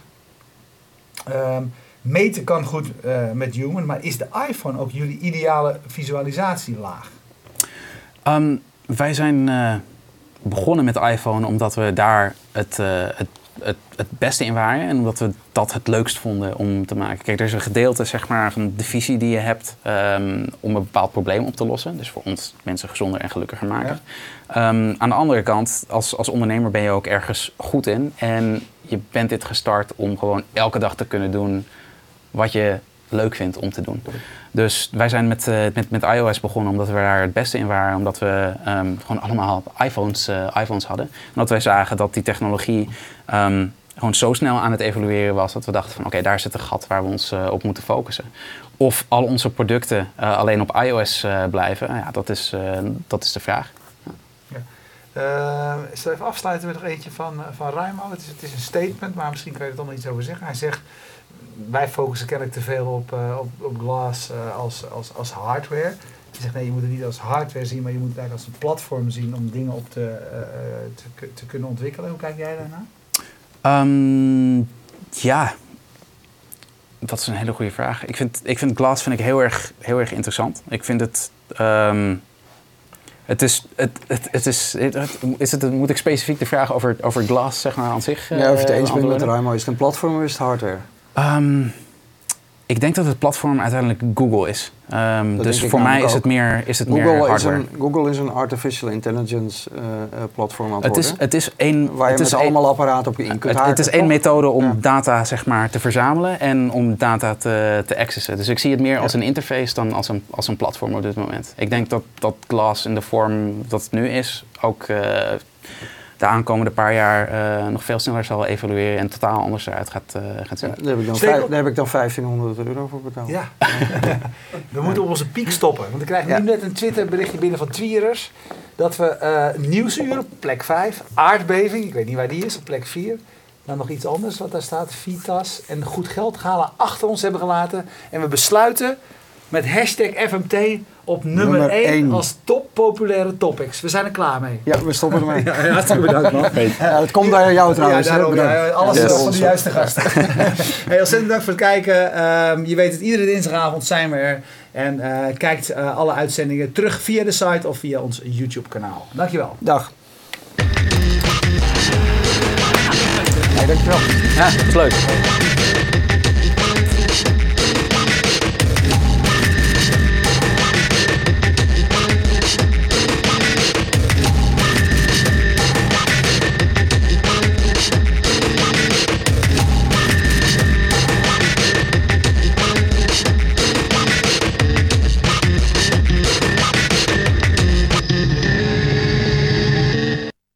Meten kan goed met Human, maar is de iPhone ook jullie ideale visualisatielaag? Wij zijn begonnen met de iPhone omdat we daar het beste in waren en omdat we dat het leukst vonden om te maken. Kijk, er is een gedeelte zeg maar, van de visie die je hebt om een bepaald probleem op te lossen. Dus voor ons mensen gezonder en gelukkiger maken. Ja. Aan de andere kant, als ondernemer ben je ook ergens goed in en je bent dit gestart om gewoon elke dag te kunnen doen wat je leuk vindt om te doen. Dus wij zijn met iOS begonnen omdat we daar het beste in waren. Omdat we gewoon allemaal iPhones hadden. En dat wij zagen dat die technologie gewoon zo snel aan het evolueren was. Dat we dachten van oké, daar zit een gat waar we ons op moeten focussen. Of al onze producten alleen op iOS blijven. Ja, dat is de vraag. Ik zal even afsluiten met nog eentje van Raimo. Het is een statement, maar misschien kan je er toch nog iets over zeggen. Hij zegt, wij focussen kennelijk te veel op Glass als hardware. Hij zegt, nee, je moet het niet als hardware zien, maar je moet het eigenlijk als een platform zien om dingen op te kunnen ontwikkelen. Hoe kijk jij daarnaar? Ja, dat is een hele goede vraag. Ik vind Glass heel erg interessant. Ik vind het... Moet ik specifiek de vraag over Glass zeg maar, aan zich Ja, of je het eens bent met Raimo, is het een platform of is het hardware? Ik denk dat het platform uiteindelijk Google is. Dus voor mij is het meer hardware. Google is een artificial intelligence platform aan het worden. Het is één... Waar je met allemaal apparaten op in kunt haken. Het is één methode om data zeg maar, te verzamelen en om data te accessen. Dus ik zie het meer als een interface dan als een platform op dit moment. Ik denk dat Glass in de vorm dat het nu is ook... de aankomende paar jaar nog veel sneller zal evolueren en totaal anders eruit gaat zien. Ja, daar heb ik dan €1500 voor betaald. Ja. We moeten op onze piek stoppen. Want ik krijg nu net een Twitter berichtje binnen van Tweerers dat we Nieuwsuur op plek 5, aardbeving, ik weet niet waar die is, op plek 4. Dan nog iets anders wat daar staat, Vitas en Goed Geld Gala achter ons hebben gelaten. En we besluiten met hashtag FMT op nummer 1 als top populaire topics. We zijn er klaar mee. Ja, we stoppen ermee. Hartstikke bedankt, man. Het komt bij jou trouwens. Ja, daarom, alles van de juiste gasten. Hey, ontzettend dank voor het kijken. Je weet het, iedere dinsdagavond zijn we er. En kijkt alle uitzendingen terug via de site of via ons YouTube kanaal. Dankjewel. Dag. Hey, dankjewel. Ja, dat is leuk.